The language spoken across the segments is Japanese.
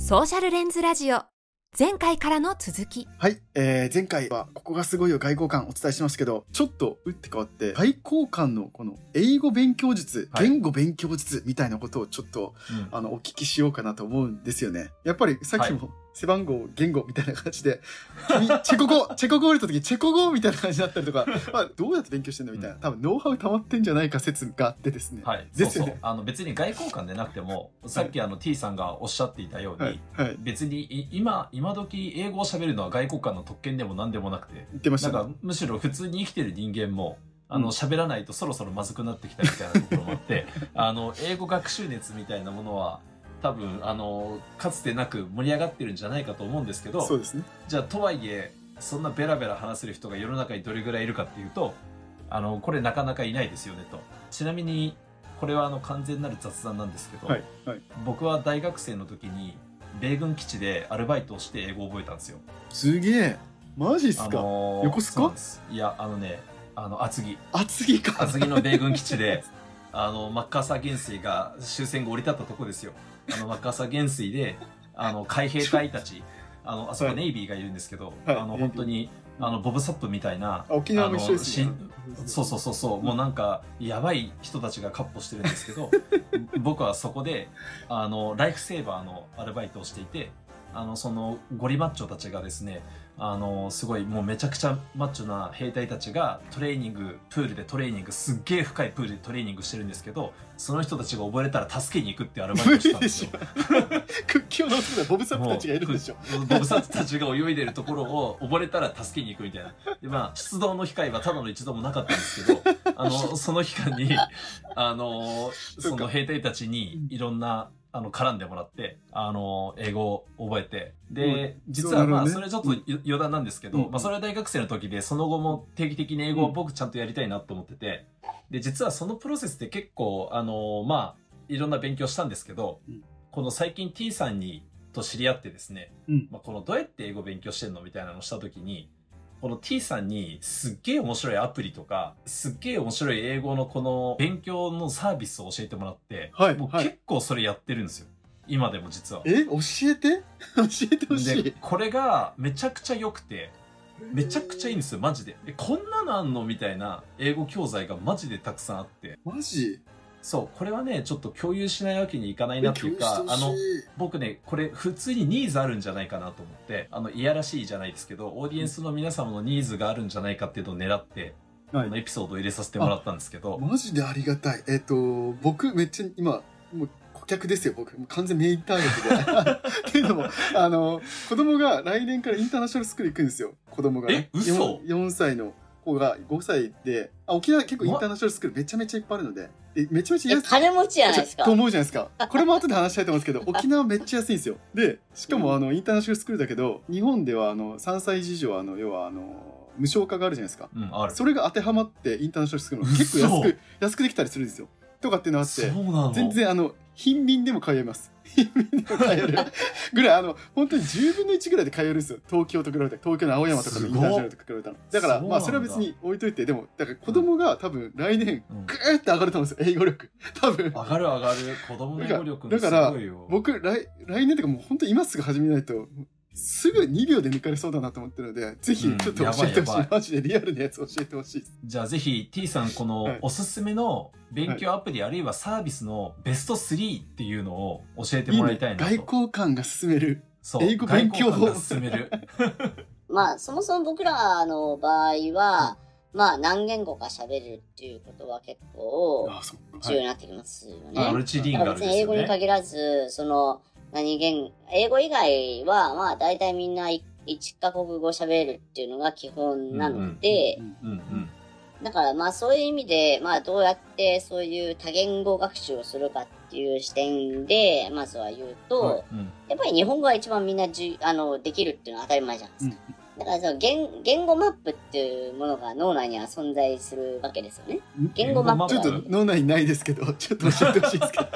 ソーシャルレンズラジオ前回からの続き。 はい、前回はここがすごいよ外交官お伝えしますけど、ちょっと打って変わって外交官のこの英語勉強術、言語勉強術みたいなことをちょっと、お聞きしようかなと思うんですよね。やっぱりさっきも、背番号言語みたいな感じで君チェコ語降りた時チェコ語みたいな感じになったりとか、まあ、どうやって勉強してんのみたいな、多分ノウハウ溜まってんじゃないか説があってですね。 はい、 ですよね。 そうそう、別に外交官でなくてもさっきT さんがおっしゃっていたように、別に今時英語を喋るのは外交官の特権でも何でもなくて、 言ってましたね。 なんかむしろ普通に生きてる人間も喋らないとそろそろまずくなってきたみたいなところもあって英語学習熱みたいなものは多分かつてなく盛り上がってるんじゃないかと思うんですけど、 そうですね。 じゃあとはいえそんなベラベラ話せる人が世の中にどれぐらいいるかっていうとこれなかなかいないですよねと。ちなみにこれは完全なる雑談なんですけど、僕は大学生の時に米軍基地でアルバイトをして英語を覚えたんですよ。 すげえ、マジっすか。横須賀？ いや厚木か。 厚木の米軍基地でマッカーサー元帥が終戦後降り立ったとこですよ。マッカーサー元帥で海兵隊たちあそこネイビーがいるんですけど、本当にボブサップみたいな、 沖縄も一緒ですね。 そう、もうなんかやばい人たちが闊歩してるんですけど僕はそこでライフセーバーのアルバイトをしていて、そのゴリマッチョたちがですねすごいもうめちゃくちゃマッチョな兵隊たちがプールでトレーニング、すっげえ深いプールでトレーニングしてるんですけど、その人たちが溺れたら助けに行くってアルバイトをしたんですよ。 屈強の男でボブサップたちがいるんでしょ。 ボブサップたちが泳いでるところを溺れたら助けに行くみたいな。で出動の機会はただの一度もなかったんですけどその期間にその兵隊たちにいろんな絡んでもらって英語を覚えて、で実はそれちょっと余談なんですけど、それは大学生の時で、その後も定期的に英語を僕ちゃんとやりたいなと思ってて、で実はそのプロセスで結構いろんな勉強したんですけど、この最近 T さんと知り合ってですね、このどうやって英語勉強してんのみたいなのをした時に、この T さんにすっげえ面白いアプリとかすっげえ面白い英語のこの勉強のサービスを教えてもらって、もう結構それやってるんですよ今でも実は。 教えてほしい。 でこれがめちゃくちゃ良くてめちゃくちゃいいんですよマジで。こんなのあんのみたいな英語教材がマジでたくさんあって。 マジ？ そうこれはねちょっと共有しないわけにいかないなっていうか、僕ねこれ普通にニーズあるんじゃないかなと思って、いやらしいじゃないですけどオーディエンスの皆様のニーズがあるんじゃないかっていうのを狙って、このエピソードを入れさせてもらったんですけど。 マジでありがたい。僕めっちゃ今もう顧客ですよ。僕完全メインターゲットでっていうのも子供が来年からインターナショナルスクール行くんですよ。子供がね、 嘘 4歳の子が5歳で、沖縄結構インターナショナルスクールめちゃめちゃいっぱいあるので、めちゃめちゃ安い。 金持ちじゃないですかと思うじゃないですか。これも後で話したいと思うんですけど沖縄めっちゃ安いんですよ。でしかもインターナショナルスクールだけど、日本では3歳児以上要は無償化があるじゃないですか、 ある。 それが当てはまってインターナショナルスクールも結構安くできたりするんですよとかっていうのあって、全然貧民でも通えます。貧民でも通えるぐらい本当に10分の1ぐらいで通えるんですよ。東京と比べて、東京の青山とかのインターナショナルと比べたら。だからそれは別に置いといて、でもだから子供が多分来年グーって上がると思うんですよ、英語力。多分上がる子供の英語力だから僕来年とかもう本当に今すぐ始めないとすぐ2秒で抜かれそうだなと思ってるので、ぜひちょっと教えてほしい。マジでリアルなやつ教えてほしい。 じゃあぜひ T さんこのおすすめの勉強アプリ、あるいはサービスのベスト3っていうのを教えてもらいたいなと。 外交官が勧める英語勉強法。 勧めるそもそも僕らの場合は、何言語か喋るっていうことは結構重要になってきますよね。 マルチリンガルですよね。 別に英語に限らず英語以外は大体みんな1カ国語喋るっていうのが基本なので、だからそういう意味でどうやってそういう多言語学習をするかっていう視点でまずは言うと、やっぱり日本語が一番みんなできるっていうのは当たり前じゃないですか。だからその言語マップっていうものが脳内には存在するわけですよね。言語マップちょっと脳内にないですけど、ちょっと教えてほしいですか。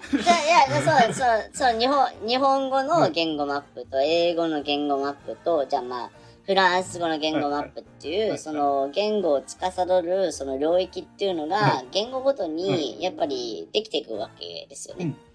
そう日本語の言語マップと英語の言語マップと、じゃあフランス語の言語マップっていう、その言語を司るその領域っていうのが言語ごとにやっぱりできていくわけですよね。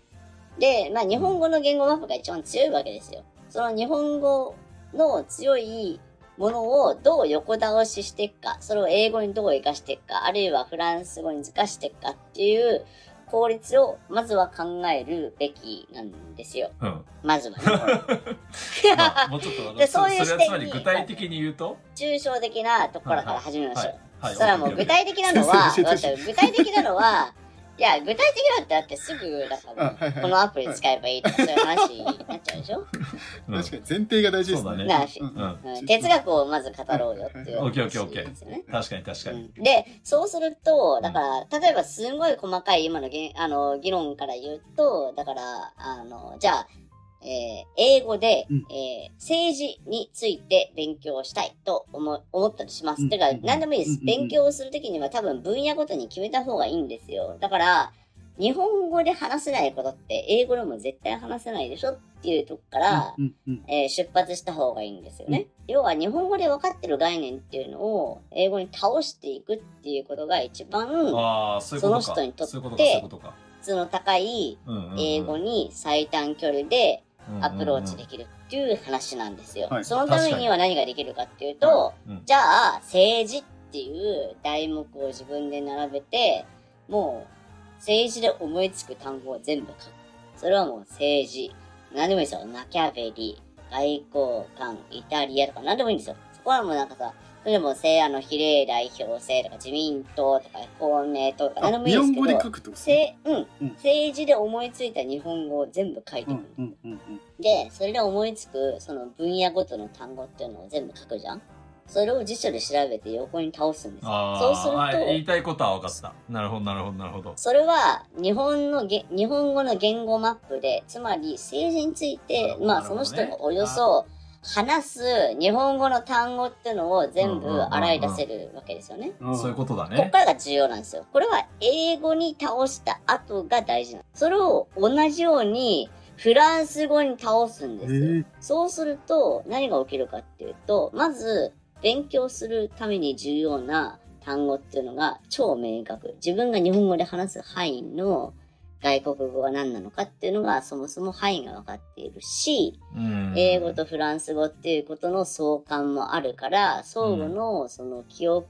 で、まあ日本語の言語マップが一番強いわけですよ。その日本語の強いものをどう横倒ししていくか、それを英語にどう活かしていくか、あるいはフランス語に活かしていくかっていう効率をまずは考えるべきなんですよ。 うん、 まずはね。 まあ、もうちょっとそれはつまり具体的に言うと抽象的なところから始めましょう。 はい、 それはもう具体的なのは、具体的なのは、いや、具体的なのってだってすぐ、だからこのアプリ使えばいいとかそういう話になっちゃうでしょ。 確かに前提が大事ですね。哲学をまず語ろうよっていう。 オッケーですよね。確かに。 で、そうすると、だから、例えばすごい細かい今の議論から言うと、だから、じゃあ、英語で、政治について勉強したいと思ったりします。だから何でもいいです。勉強するときには多分分野ごとに決めた方がいいんですよ。だから、日本語で話せないことって英語でも絶対話せないでしょっていうとこから、出発した方がいいんですよね。要は日本語で分かってる概念っていうのを英語に倒していくっていうことが一番、その人にとって質の高い英語に最短距離でアプローチできるっていう話なんですよ。そのためには何ができるかっていうと、じゃあ政治っていう題目を自分で並べて、もう政治で思いつく単語を全部書く。それはもう政治。何でもいいですよ。マキャベリ、外交官、イタリアとか何でもいいんですよ。そこはもうなんかさ、それでも比例代表制とか自民党とか公明党とか何でもいいですけど、 日本語で書くと政治で思いついた日本語を全部書いてくる。で、それで思いつくその分野ごとの単語っていうのを全部書くじゃん。それを辞書で調べて横に倒すんですよ。そうすると、 言いたいことは分かった。なるほど。 それは日本語の言語マップで、つまり政治について、まあその人がおよそ話す日本語の単語ってのを全部洗い出せるわけですよね。 そういうことだね。 こっからが重要なんですよ。これは英語に倒した後が大事なんです。それを同じようにフランス語に倒すんですよ。そうすると何が起きるかっていうと、まず勉強するために重要な単語っていうのが超明確。自分が日本語で話す範囲の外国語は何なのかっていうのがそもそも範囲が分かっているし、英語とフランス語っていうことの相関もあるから、相互のその記憶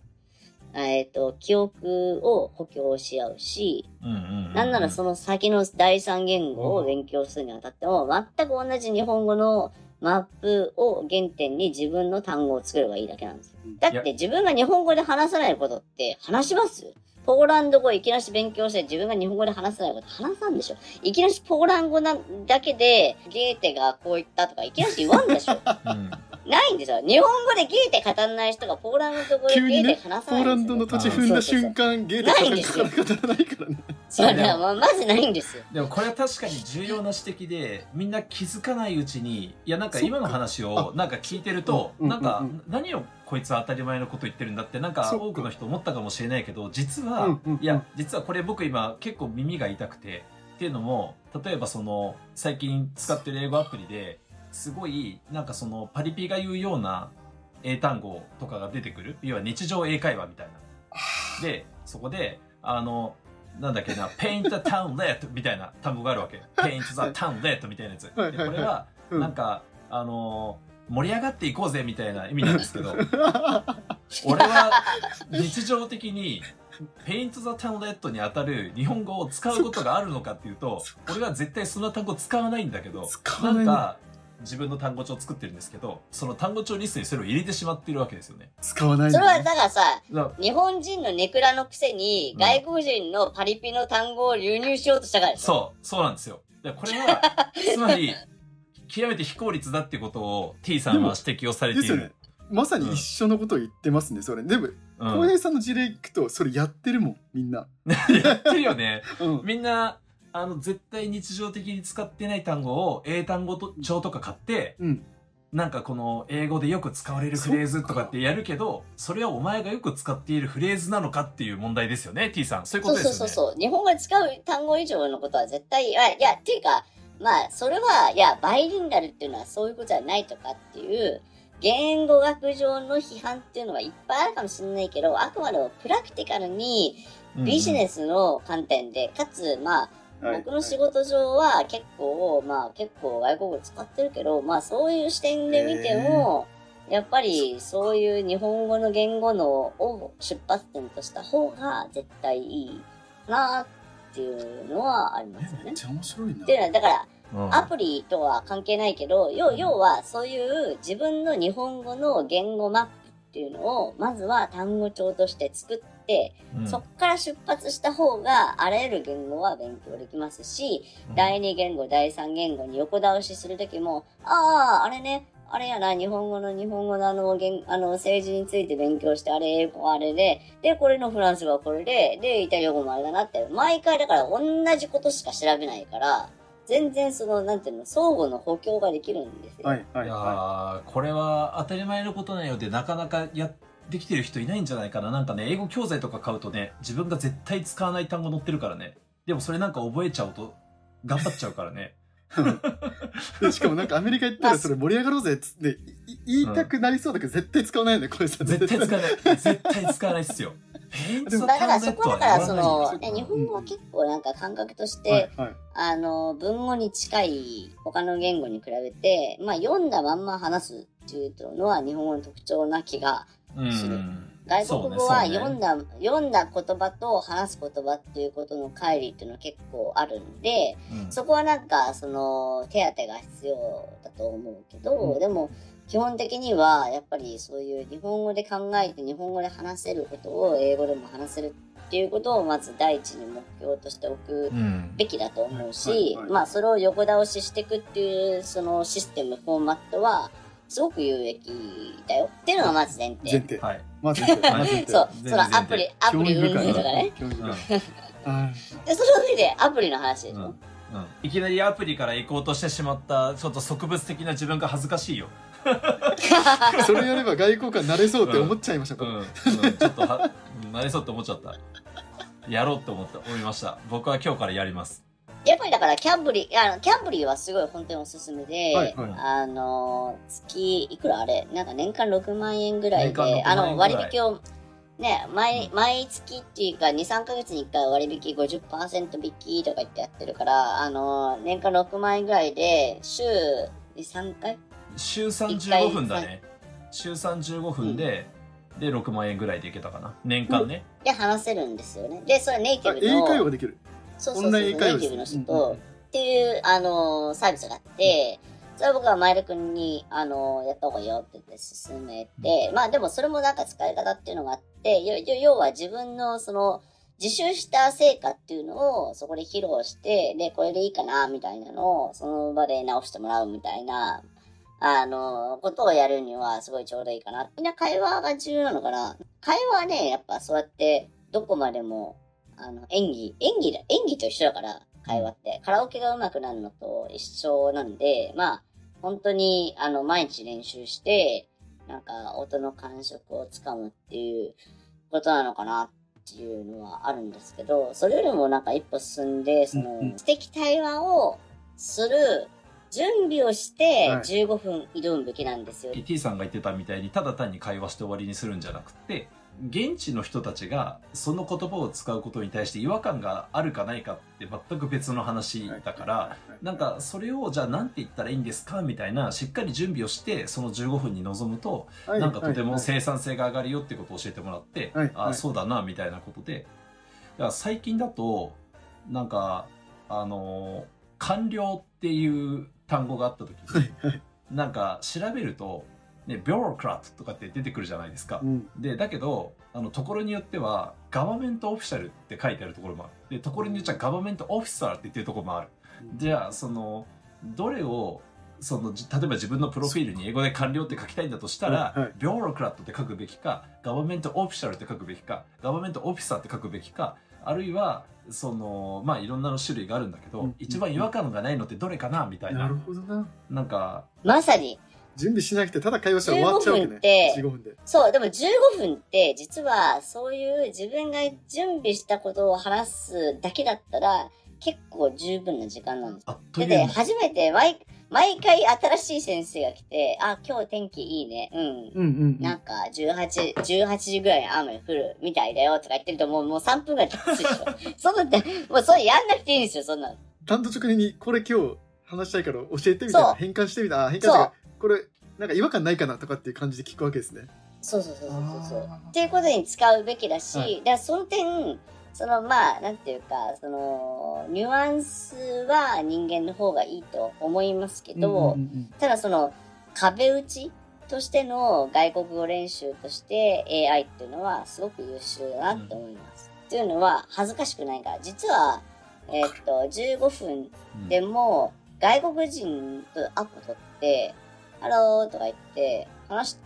を補強し合うし、なんならその先の第三言語を勉強するにあたっても、全く同じ日本語のマップを原点に自分の単語を作ればいいだけなんですよ。だって自分が日本語で話さないことって話します？ポーランド語いきなし勉強して自分が日本語で話せないこと話さんでしょ。いきなしポーランド語だけでゲーテがこう言ったとかいきなし言わんでしょ。ないんですよ。日本語でゲーテ語らない人がポーランド語でゲーテ話さないんですよ。 ポーランドの土地踏んだ瞬間、ゲーテ語らないからね。 それはまずないんですよ。 でもこれは確かに重要な指摘で、みんな気づかないうちに、いやなんか今の話をなんか聞いてると、なんか何をこいつは当たり前のこと言ってるんだってなんか多くの人思ったかもしれないけど、実は、実はこれ僕今結構耳が痛くて、っていうのも、例えばその最近使ってる英語アプリですごいなんかそのパリピが言うような英単語とかが出てくる。要は日常英会話みたいな。で、そこで、なんだっけな、paint the town red みたいな単語があるわけ。paint the town red みたいなやつ。でこれは、なんか、盛り上がっていこうぜみたいな意味なんですけど、俺は日常的に paint the town red に当たる日本語を使うことがあるのかっていうと、俺は絶対その単語使わないんだけど、なんか、自分の単語帳を作ってるんですけど、その単語帳リストにそれを入れてしまっているわけですよね。 使わない、 それはだからさ、日本人のネクラのくせに外国人のパリピの単語を流入しようとしたからでしょ。 そうなんですよ。これは、つまり、極めて非効率だってことを T さんは指摘をされている。ですよね。 まさに一緒のことを言ってますね、それ。でも、浩平さんの事例聞くと、それやってるもん、みんな。 やってるよね。みんな、絶対日常的に使ってない単語を英単語帳とか買って、なんかこの英語でよく使われるフレーズとかってやるけど、それはお前がよく使っているフレーズなのかっていう問題ですよね、T さん。そういうことですよね。 そう。日本語で使う単語以上のことは絶対、いや、っていうか、まあ、それは、いや、バイリンガルっていうのはそういうことじゃないとかっていう、言語学上の批判っていうのはいっぱいあるかもしれないけど、あくまでもプラクティカルにビジネスの観点で、かつ、まあ、 僕の仕事上は結構外国語使ってるけど、そういう視点で見ても、やっぱりそういう日本語の言語のを出発点とした方が絶対いいなっていうのはありますよね。 めっちゃ面白いな。 っていうのは、だから、アプリとは関係ないけど、要はそういう自分の日本語の言語マップっていうのを、まずは単語帳として作って、そっから出発した方があらゆる言語は勉強できますし、第2言語、第3言語に横倒しするときも、あれね、あれやな、日本語の政治について勉強して、あれ英語あれで、で、これのフランス語はこれで、イタリア語もあれだなって、毎回だから同じことしか調べないから、全然相互の補強ができるんですよ。 いやこれは当たり前のことなようで、なかなかできてる人いないんじゃないかな。なんかね、英語教材とか買うとね、自分が絶対使わない単語載ってるからね。でもそれなんか覚えちゃうと、頑張っちゃうからね。 しかもなんかアメリカ行ったらそれ盛り上がろうぜっつって言いたくなりそうだけど、絶対使わないよね、これさ。 絶対使わない。絶対使わないっすよ。 だからそこだから日本語は結構なんか感覚として、文語に近い他の言語に比べて、読んだまんま話すっていうのは日本語の特徴な気がする。外国語は読んだ言葉と話す言葉っていうことの乖離っていうのは結構あるんで、そこはなんか手当てが必要だと思うけど、でも基本的にはやっぱりそういう日本語で考えて日本語で話せることを英語でも話せるっていうことをまず第一に目標としておくべきだと思うし、それを横倒ししていくっていうそのシステムフォーマットはすごく有益だよっていうのがまず前提。 はい。 そう、そのアプリ運営とかね。で、その上でアプリの話でしょ。 いきなりアプリから行こうとしてしまったちょっと植物的な自分が恥ずかしいよ。 それやれば外交官なれそうって思っちゃいました。 ちょっとなれそうって思っちゃった。やろうって思いました。僕は今日からやります。 やっぱりだからキャンブリーはすごい本当におすすめで、月いくらあれなんか年間6万円ぐらいで割引をね毎月っていうか 2,3 ヶ月に1回割引 50% 引きとか言ってやってるから年間6万円ぐらいで週3回週35分だね。週35分で、で6万円ぐらいでいけたかな年間ね。 で話せるんですよね。でそれネイティブの英会話ができる。 そうネイティブの人と、っていうサービスがあって、それは僕は前田君にやった方がいいよって言って勧めて、でもそれもなんか使い方っていうのがあって、要は自分の自習した成果っていうのをそこで披露して、で、これでいいかなみたいなのをその場で直してもらうみたいな、ことをやるにはすごいちょうどいいかな。みんな会話が重要なのかな。会話はね、やっぱそうやってどこまでも演技と一緒だから、会話って。カラオケが上手くなるのと一緒なんで、本当に、毎日練習して、なんか、音の感触をつかむっていうことなのかなっていうのはあるんですけど、それよりもなんか一歩進んで、知的対話をする準備をして15分挑むべきなんですよ。 T さんが言ってたみたいに、ただ単に会話して終わりにするんじゃなくて、現地の人たちがその言葉を使うことに対して違和感があるかないかって全く別の話だから、なんかそれをじゃあ何て言ったらいいんですかみたいなしっかり準備をしてその15分に臨むと、なんかとても生産性が上がるよってことを教えてもらって、あ、そうだなみたいなことで、だから最近だとなんか官僚っていう単語があった時になんか調べるとね、ビュロクラットとかって出てくるじゃないですか。で、だけど、ところによっては、ガバメントオフィシャルって書いてあるところもある。で、ところによっちゃガバメントオフィサーって言ってるところもある。じゃあ、どれを、例えば自分のプロフィールに英語で官僚って書きたいんだとしたら、ビュロクラットって書くべきか、ガバメントオフィシャルって書くべきか、ガバメントオフィサーって書くべきか、あるいは、いろんな種類があるんだけど、一番違和感がないのってどれかなみたいな。 なるほどな。 なんか、 まさに、 準備しなくてただ会話したら終わっちゃうわけね。15分で。 そう、でも15分って実はそういう自分が準備したことを話すだけだったら結構十分な時間なんです。 あっという間で、初めて毎回新しい先生が来て、あ、今日天気いいね。なんか18時ぐらいに雨降るみたいだよとか言ってるともう3分ぐらい経つでしょ。そんなって、もうそれやんなくていいんですよ、そんなの。 単独直入に、これ今日話したいから教えてみたいな。変換してみた。変換して、これ、なんか違和感ないかなとかっていう感じで聞くわけですね。 そう。っていうことに使うべきだし、だからその点、なんていうか、ニュアンスは人間の方がいいと思いますけど、ただ壁打ちとしての外国語練習として AI っていうのはすごく優秀だなと思います。っていうのは恥ずかしくないから、実は、15分でも外国人とアポ取って、ハローとか言って話して、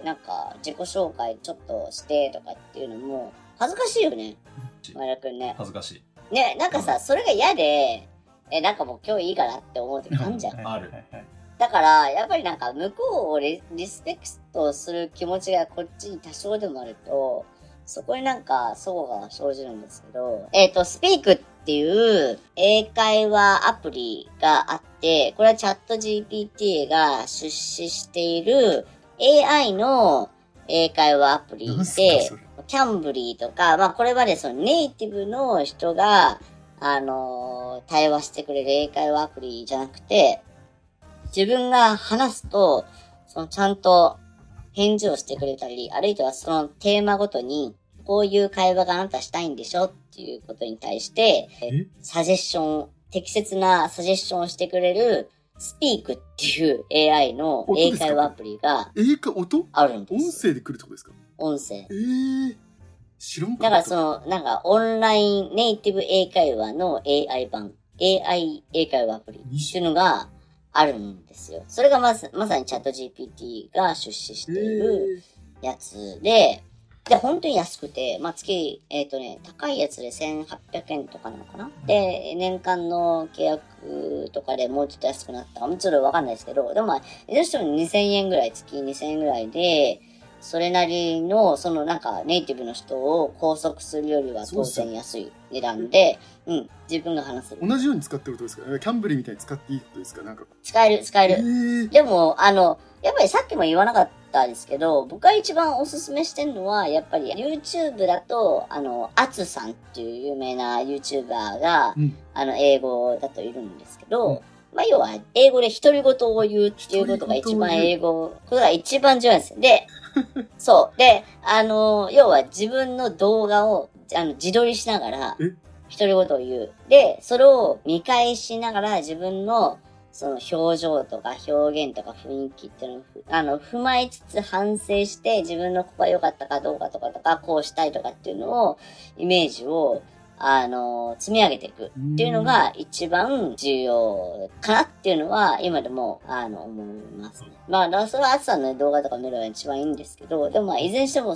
なんか自己紹介ちょっとしてとかっていうのも恥ずかしいよね。前田くんね。 恥ずかしい。ね、なんかさ、それが嫌で、なんかもう今日いいかなって思う時あるじゃん。 ある。 だから、やっぱりなんか向こうをリスペクトする気持ちがこっちに多少でもあると、そこになんか齟齬が生じるんですけど、スピークっていう英会話アプリがあって、これはチャット GPT が出資している AI の英会話アプリで、キャンブリーとか、まあこれまでネイティブの人が、対話してくれる英会話アプリじゃなくて、自分が話すと、ちゃんと返事をしてくれたり、あるいはそのテーマごとに、こういう会話があなたしたいんでしょっていうことに対して、サジェッション、適切なサジェッションをしてくれる、スピークっていう AI の英会話アプリがあるんです。 音声で来るってことですか？ 音声。 知らんかった。 だからなんかオンラインネイティブ英会話の AI 版、AI 英会話アプリっていうのがあるんですよ。それがまさにチャット GPT が出資しているやつで、本当に安くて、まあ、月、高いやつで1800円とかなのかな。で、年間の契約とかでもうちょっと安くなったかもちょっとわかんないですけど、でもまあ、どうしても2000円ぐらい、月2000円ぐらいで、それなりの、なんか、ネイティブの人を拘束するよりは当然安い値段で、自分が話せる。 同じように使ってることですか？キャンブリーみたいに使っていいことですか？なんか。 使える。でも、やっぱりさっきも言わなかったですけど、僕が一番おすすめしてるのは、やっぱり YouTube だと、アツさんっていう有名な YouTuber が、英語だといるんですけど、まあ、要は、英語で独り言を言うっていうことが一番ことが一番重要なんですよ。で、そう。で、要は自分の動画を、自撮りしながら、独り言を言う。で、それを見返しながら自分の、表情とか表現とか雰囲気っていうのを、踏まえつつ反省して自分のここが良かったかどうかとか、こうしたいとかっていうのを、イメージを、積み上げていくっていうのが一番重要かなっていうのは今でも思いますね。まあ、それはあつさんの動画とか見るのが一番いいんですけど、でもまあいずれにしても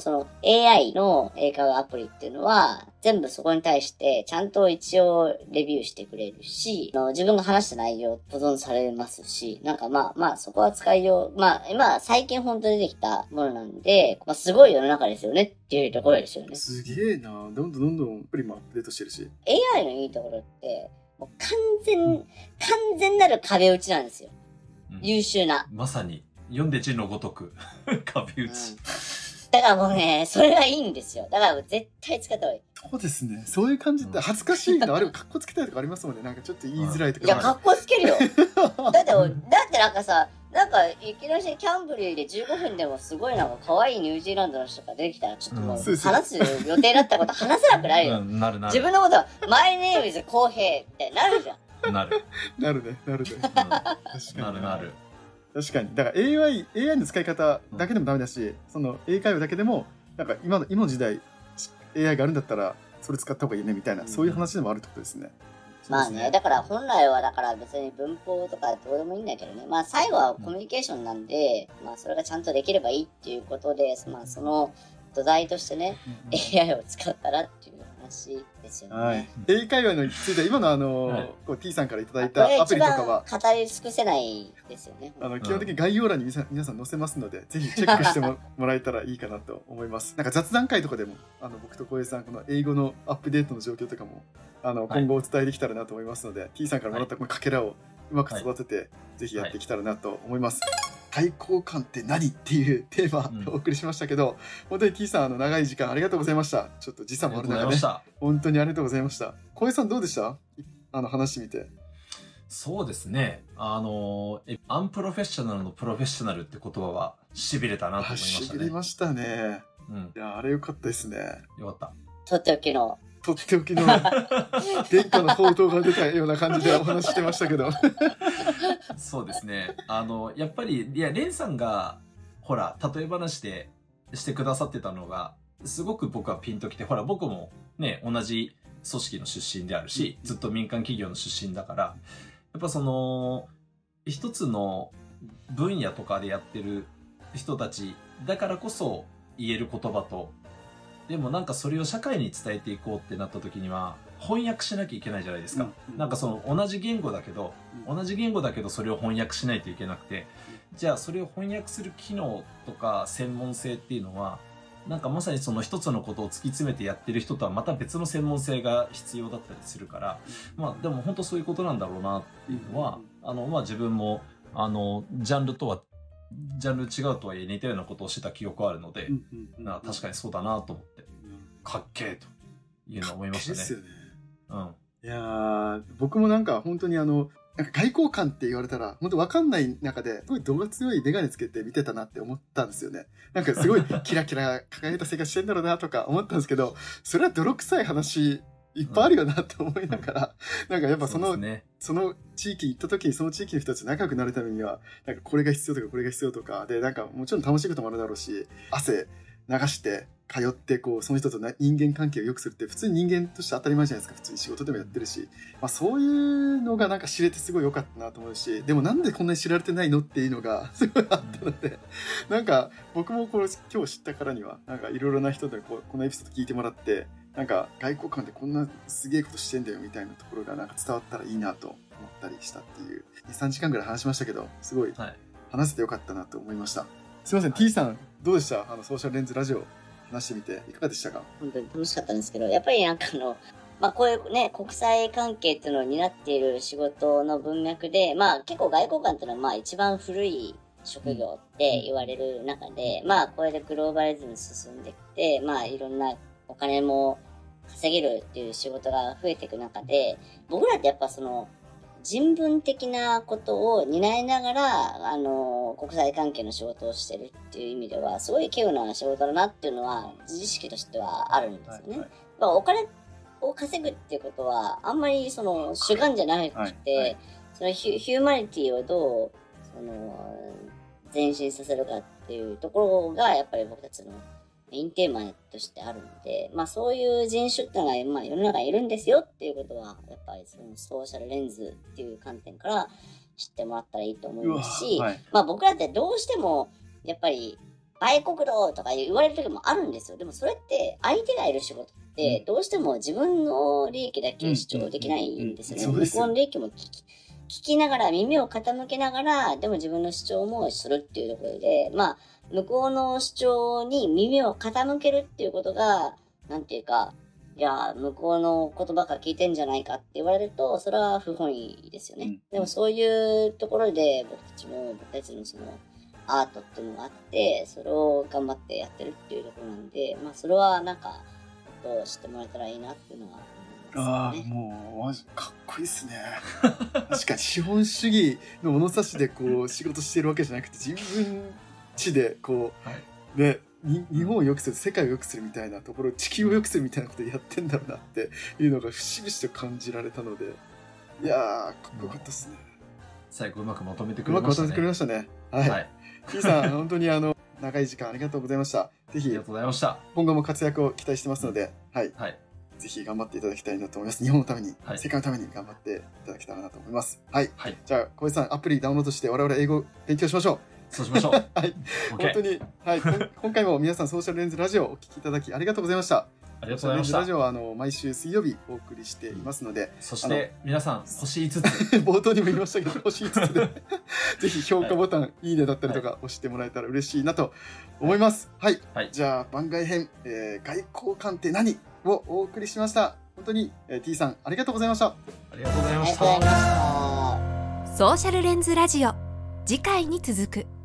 AI の英会話アプリっていうのは全部そこに対してちゃんと一応レビューしてくれるし、自分が話した内容保存されますし、なんかまあそこは使いよう、まあ今最近本当に出てきたものなんで、まあすごい世の中ですよねっていうところですよね。 すげえな。どんどんアプリもアップデートしてるし。 AI のいいところって、もう完全なる壁打ちなんですよ。優秀な。 まさに、読んで字のごとく、壁打ち。 だからもうね、それがいいんですよ。だから絶対使った方がいい。 そうですね。そういう感じって恥ずかしいのあればカッコつけたいとかありますもんね。なんかちょっと言いづらいとか。 いや、カッコつけるよ。だってなんかさ、なんかいきなりキャンブリーで15分でもすごいなんか可愛いニュージーランドの人が出てきたらちょっともう話す予定だったこと話せなくなるよ。 なる。 自分のことは、マイネームズコウヘイってなるじゃん。 なるね。 確かに。 なる。 確かに。だから AI の使い方だけでもダメだし、英会話だけでも、なんか今の時代、AI があるんだったら、それ使った方がいいねみたいな、そういう話でもあるってことですね。 まあね、だから本来は別に文法とかどうでもいいんだけどね。まあ最後はコミュニケーションなんで、まあそれがちゃんとできればいいっていうことで、まあ土台としてね、AI を使ったらっていう話ですよね。 はい、英会話について今のこう T さんからいただいたアプリとかは語り尽くせないですよね。 基本的に概要欄に皆さん載せますので、ぜひチェックしてもらえたらいいかなと思います。なんか雑談会とかでも僕と小江さんこの英語のアップデートの状況とかも今後お伝えできたらなと思いますので、T さんからもらったこのかけらをうまく育てて、ぜひやっていけたらなと思います。対抗感って何っていうテーマをお送りしましたけど、本当に T さん長い時間ありがとうございました。ちょっと時差もある中で、本当にありがとうございました。小江さんどうでした？話してみて。 そうですね。アンプロフェッショナルのプロフェッショナルって言葉は痺れたなと思いましたね。 痺れましたね。いや、あれ良かったですね。 よかった。 とっておきの殿下の宝刀が出たような感じでお話してましたけどそうですね。やっぱりレンさんがほら例え話でしてくださってたのがすごく僕はピンときて、ほら僕もね同じ組織の出身であるし、ずっと民間企業の出身だから、やっぱその一つの分野とかでやってる人たちだからこそ言える言葉と、でもなんかそれを社会に伝えていこうってなった時には翻訳しなきゃいけないじゃないですか。なんかその同じ言語だけどそれを翻訳しないといけなくて、じゃあそれを翻訳する機能とか専門性っていうのはなんかまさにその一つのことを突き詰めてやってる人とはまた別の専門性が必要だったりするから、まあでも本当そういうことなんだろうなっていうのは、まあ自分もジャンル違うとはいえ似たようなことをしてた記憶はあるので、確かにそうだなと思ってかっけーというのを思いましたね。 ですよね。いや僕もなんか本当になんか外交官って言われたら本当分かんない中ですごい度が強い眼鏡つけて見てたなって思ったんですよね。なんかすごいキラキラ輝いた生活してんだろうなとか思ったんですけど、それは泥臭い話いっぱいあるよなって思いながら、なんかやっぱその地域行った時にその地域の人たちと仲良くなるためにはなんかこれが必要とかこれが必要とかで、なんかもちろん楽しいこともあるだろうし、汗流して通ってこうその人と人間関係を良くするって普通に人間として当たり前じゃないですか。普通に仕事でもやってるし、そういうのがなんか知れてすごい良かったなと思うし、でもなんでこんなに知られてないのっていうのがすごいあったので、なんか僕もこれ今日知ったからにはなんかいろいろな人でこのエピソード聞いてもらって、なんか外交官ってこんなすげえことしてんだよみたいなところがなんか伝わったらいいなと思ったりしたっていう 2,3 時間ぐらい話しましたけど、すごい話せてよかったなと思いました。すいません、T さんどうでした？ソーシャルレンズラジオ話してみていかがでしたか？ 本当に楽しかったんですけど、やっぱりなんかこういうね、国際関係っていうのを担っている仕事の文脈で、結構外交官っていうのは一番古い職業って言われる中で、これでグローバリズム進んできて、いろんなお金も稼げるっていう仕事が増えていく中で、僕らってやっぱその人文的なことを担いながら国際関係の仕事をしてるっていう意味ではすごい稀有な仕事だなっていうのは自意識としてはあるんですよね。お金を稼ぐっていうことはあんまりその主眼じゃなくて、そのヒューマニティをどう前進させるかっていうところがやっぱり僕たちのメインテーマとしてあるので、そういう人種ってのが、世の中にいるんですよっていうことは、やっぱりそのソーシャルレンズっていう観点から知ってもらったらいいと思いますし、僕らってどうしても、やっぱり、売国道とか言われる時もあるんですよ。でもそれって相手がいる仕事って、どうしても自分の利益だけ主張できないんですよね。向こうの利益も聞きながら、耳を傾けながら、でも自分の主張もするっていうところで、向こうの主張に耳を傾けるっていうことが、なんていうか、いや、向こうの言葉から聞いてんじゃないかって言われると、それは不本意ですよね。でもそういうところで僕たちのそのアートっていうのがあって、それを頑張ってやってるっていうところなんで、それはなんか、知ってもらえたらいいなっていうのは思いますね。 もう、かっこいいですね。確かに資本主義の物差しでこう仕事してるわけじゃなくて、自分地でこう、ね、日本を良くする、世界を良くするみたいなところ、地球を良くするみたいなことをやってんだろうなっていうのが節々と感じられたので、いやー、かっこよかったですね。 最後うまくまとめてくれましたね。 はい。T さん、本当に長い時間ありがとうございただきました。ぜひ、今後も活躍を期待してますので、ぜひ頑張っていただきたいなと思います。日本のために、世界のために頑張っていただけたらなと思います。じゃあ、小江さん、アプリダウンロードして我々英語勉強しましょう。 そうしましょう。 はい。本当に、はい。今回も皆さんソーシャルレンズラジオをお聞きいただきありがとうございました。 ありがとうございました。 ラジオは毎週水曜日お送りしていますので、 そして皆さん星5つ冒頭にも言いましたけど星5つでぜひ評価ボタン、はい、いいねだったりとか押してもらえたら嬉しいなと思います。はい。はい、じゃあ番外編、外交官って何をお送りしました。本当に、T さんありがとうございました。 ありがとうございました。 ソーシャルレンズラジオ、次回に続く。